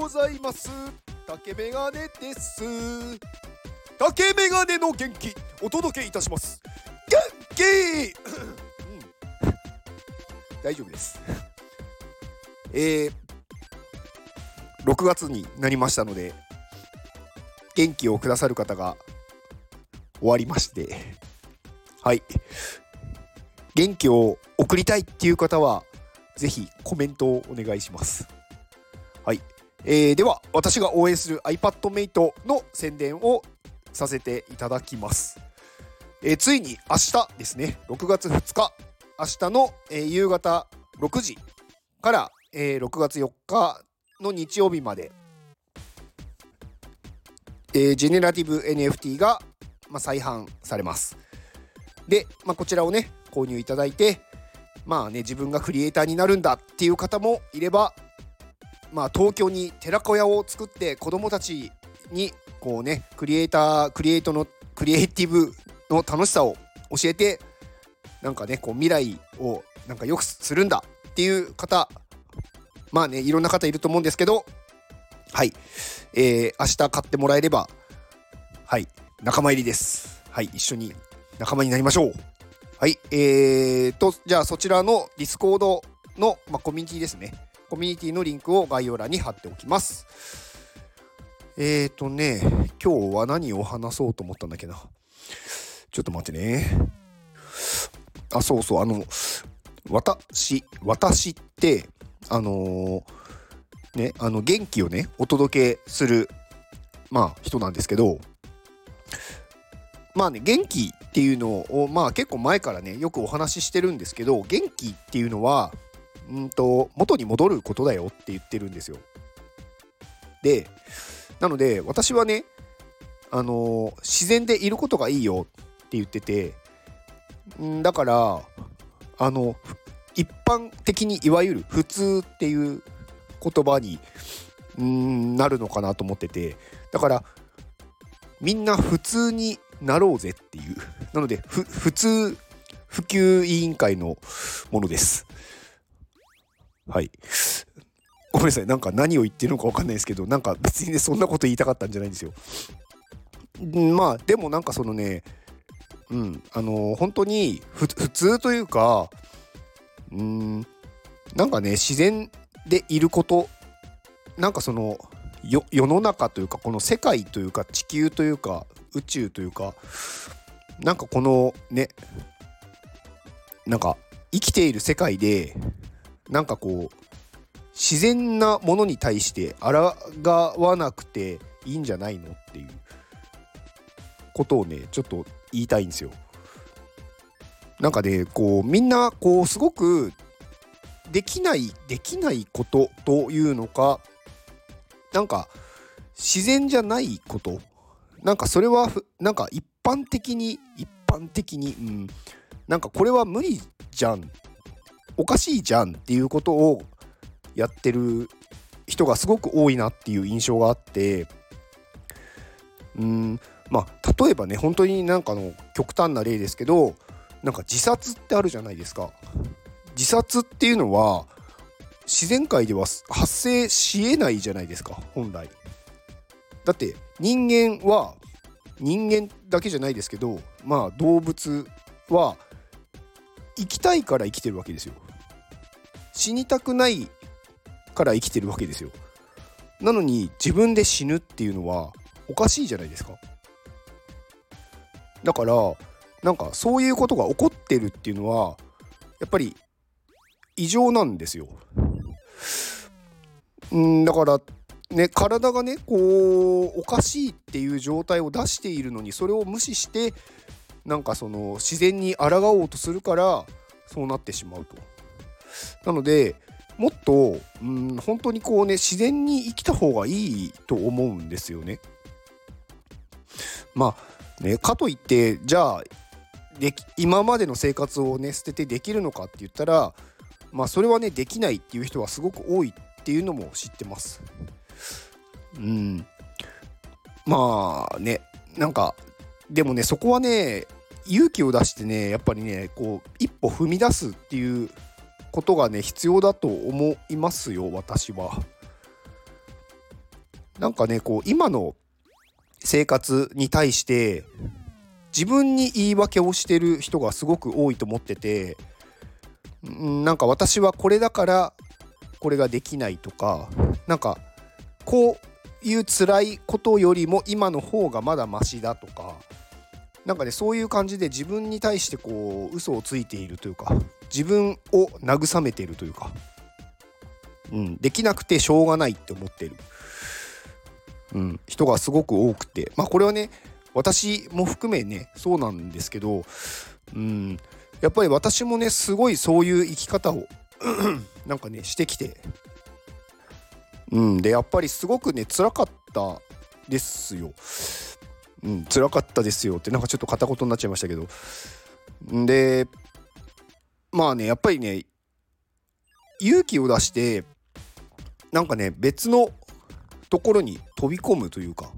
ございます。竹メガネです。竹メガネの元気お届けいたします。元気大丈夫です6月になりましたので、元気をくださる方が終わりまして、はい、元気を送りたいっていう方はぜひコメントをお願いします。はい、では私が応援する iPadMate の宣伝をさせていただきます。ついに明日ですね、6月2日明日の、夕方6時から、6月4日の日曜日まで、ジェネラティブ NFT が、再販されます。で、こちらをね購入いただいて、自分がクリエイターになるんだっていう方もいれば、東京に寺子屋を作って子どもたちにこうねクリエイティブの楽しさを教えて、未来を良くするんだっていう方、いろんな方いると思うんですけど、はい、明日買ってもらえれば、はい、仲間入りです。はい、一緒に仲間になりましょう。はい、じゃあそちらのディスコードの、コミュニティですね。コミュニティのリンクを概要欄に貼っておきます。今日は何を話そうと思ったんだっけな。ちょっと待ってね。そうそう、私って元気をねお届けする人なんですけど、元気っていうのを結構前からねよくお話ししてるんですけど、元気っていうのは元に戻ることだよって言ってるんですよ。で、なので私はね自然でいることがいいよって言ってて、だから一般的にいわゆる普通っていう言葉になるのかなと思ってて、だからみんな普通になろうぜっていう、なので普通普及委員会のものです。はい、ごめんなさい、何を言ってるのか分かんないですけど、別にねそんなこと言いたかったんじゃないんですよ。でもそのね、本当に普通というか、自然でいること、その世の中というか、この世界というか、地球というか、宇宙というか、このね生きている世界で自然なものに対して抗わなくていいんじゃないのっていうことをねちょっと言いたいんですよ。みんなすごくできないことというのか、自然じゃないこと、それは一般的にこれは無理じゃん、おかしいじゃんっていうことをやってる人がすごく多いなっていう印象があって、例えばね本当に極端な例ですけど、自殺ってあるじゃないですか。自殺っていうのは自然界では発生しえないじゃないですか、本来。だって人間だけじゃないですけど、動物は生きたいから生きてるわけですよ。死にたくないから生きてるわけですよ。なのに自分で死ぬっていうのはおかしいじゃないですか。だからそういうことが起こってるっていうのはやっぱり異常なんですよ。だからね、体がねおかしいっていう状態を出しているのに、それを無視してその自然に抗おうとするからそうなってしまうと。なのでもっと本当に自然に生きた方がいいと思うんですよね。かといってじゃあ今までの生活をね捨ててできるのかって言ったら、それはねできないっていう人はすごく多いっていうのも知ってます。でもねそこはね勇気を出してね、やっぱりね一歩踏み出すっていうことがね必要だと思いますよ、私は。 なんかねこう今の生活に対して自分に言い訳をしてる人がすごく多いと思ってて、なんか私はこれだからこれができないとか、なんかこういう辛いことよりも今の方がまだマシだとか、なんかねそういう感じで自分に対してこう嘘をついているというか、自分を慰めているというか、できなくてしょうがないって思ってる、人がすごく多くて、これはね私も含めねそうなんですけど、やっぱり私もねすごいそういう生き方をなんかねしてきて、でやっぱりすごくね辛かったですよ。辛かったですよってなんかちょっと片言になっちゃいましたけど、でやっぱりね勇気を出してなんかね別のところに飛び込むというか、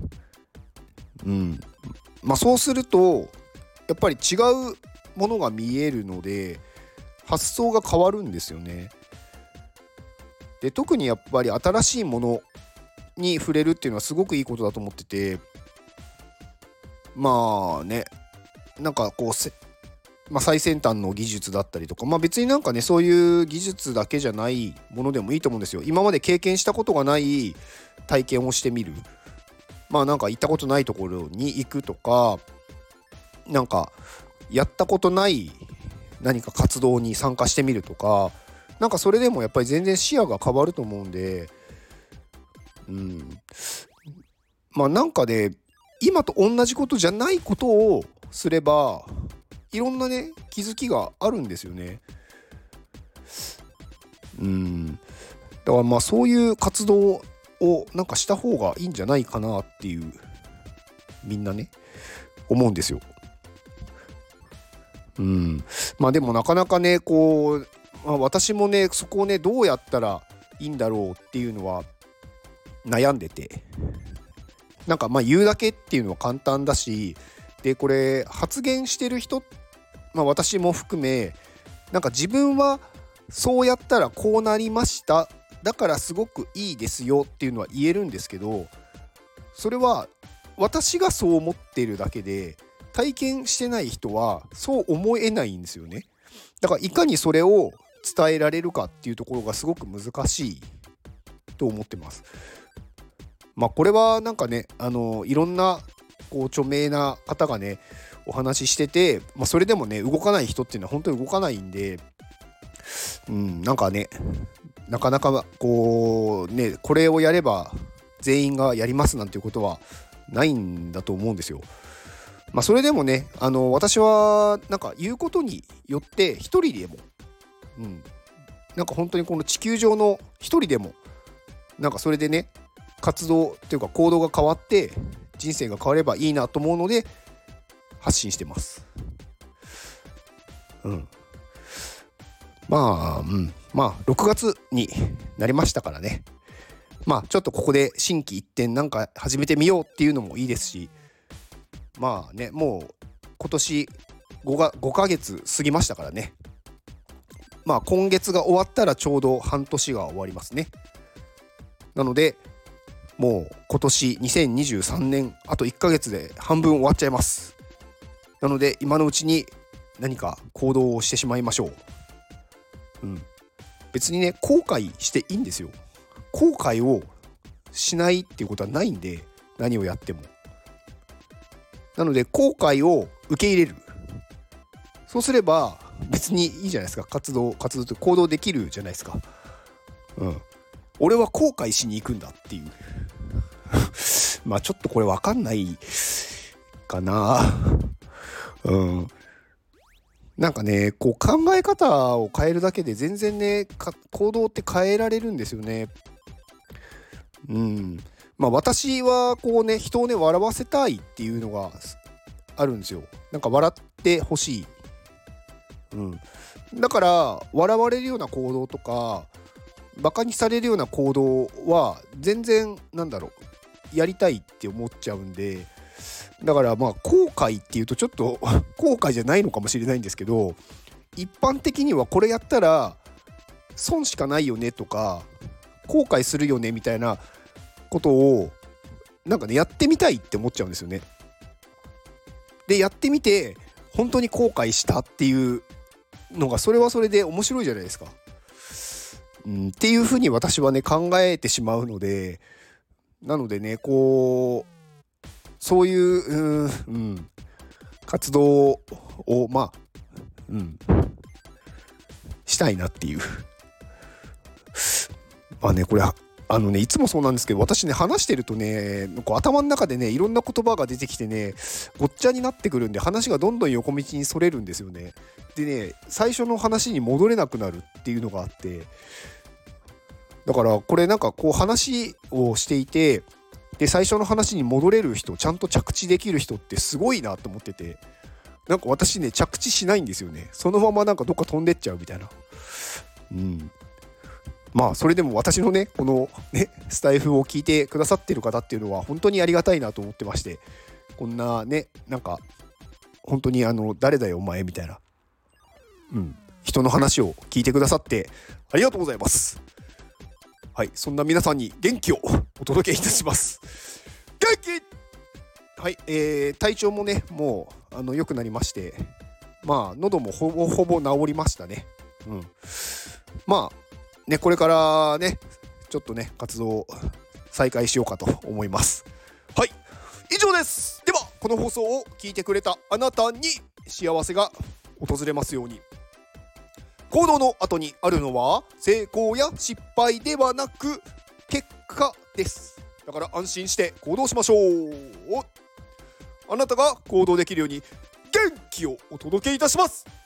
そうするとやっぱり違うものが見えるので発想が変わるんですよね。で特にやっぱり新しいものに触れるっていうのはすごくいいことだと思ってて、なんかこう最先端の技術だったりとか、別になんかねそういう技術だけじゃないものでもいいと思うんですよ。今まで経験したことがない体験をしてみる、なんか行ったことないところに行くとか、なんかやったことない何か活動に参加してみるとか、なんかそれでもやっぱり全然視野が変わると思うんで、なんかね今と同じことじゃないことをすればいろんなね気づきがあるんですよね。だからそういう活動をなんかした方がいいんじゃないかなっていう、みんなね思うんですよ。でもなかなかねこう、私もねそこをねどうやったらいいんだろうっていうのは悩んでて、なんか言うだけっていうのは簡単だし、でこれ発言してる人、私も含めなんか自分はそうやったらこうなりました、だからすごくいいですよっていうのは言えるんですけど、それは私がそう思っているだけで体験してない人はそう思えないんですよね。だからいかにそれを伝えられるかっていうところがすごく難しいと思ってます。これはなんかねいろんなこう著名な方がねお話ししてて、それでもね動かない人っていうのは本当に動かないんで、なんかねなかなかこうねこれをやれば全員がやりますなんていうことはないんだと思うんですよ。それでもね私はなんか言うことによって一人でも、なんか本当にこの地球上の一人でもなんかそれでね活動っていうか行動が変わって人生が変わればいいなと思うので発信してます。6月になりましたからね、ちょっとここで心機一転なんか始めてみようっていうのもいいですし、もう今年5ヶ月過ぎましたからね、今月が終わったらちょうど半年が終わりますね。なのでもう今年2023年あと1ヶ月で半分終わっちゃいます。なので今のうちに何か行動をしてしまいましょう。別にね後悔していいんですよ。後悔をしないっていうことはないんで、何をやっても。なので後悔を受け入れる。そうすれば別にいいじゃないですか。活動と行動できるじゃないですか。俺は後悔しに行くんだっていうちょっとこれ分かんないかな。なんかねこう考え方を変えるだけで全然ね行動って変えられるんですよね。私はこうね人をね笑わせたいっていうのがあるんですよ。なんか笑ってほしい。だから笑われるような行動とかバカにされるような行動は全然やりたいって思っちゃうんで、だから後悔っていうとちょっと後悔じゃないのかもしれないんですけど、一般的にはこれやったら損しかないよねとか後悔するよねみたいなことをなんかねやってみたいって思っちゃうんですよね。でやってみて本当に後悔したっていうのがそれはそれで面白いじゃないですか。っていうふうに私はね考えてしまうので、なのでねこうそういう活動をしたいなっていうこれいつもそうなんですけど、私ね話してるとねこう頭の中でねいろんな言葉が出てきてねごっちゃになってくるんで、話がどんどん横道にそれるんですよね。でね最初の話に戻れなくなるっていうのがあって、だからこれなんかこう話をしていてで最初の話に戻れる人、ちゃんと着地できる人ってすごいなと思ってて、なんか私ね着地しないんですよね。そのままなんかどっか飛んでっちゃうみたいな。それでも私のねこのねスタイフを聞いてくださってる方っていうのは本当にありがたいなと思ってまして、こんなねなんか本当に誰だよお前みたいな人の話を聞いてくださってありがとうございます。はい、そんな皆さんに元気をお届けいたします。元気。はい、体調もねもう良くなりまして、喉もほぼほぼ治りましたね。これからねちょっとね活動再開しようかと思います。はい、以上です。ではこの放送を聞いてくれたあなたに幸せが訪れますように。行動の後にあるのは成功や失敗ではなく結果です。だから安心して行動しましょう。あなたが行動できるように元気をお届けいたします。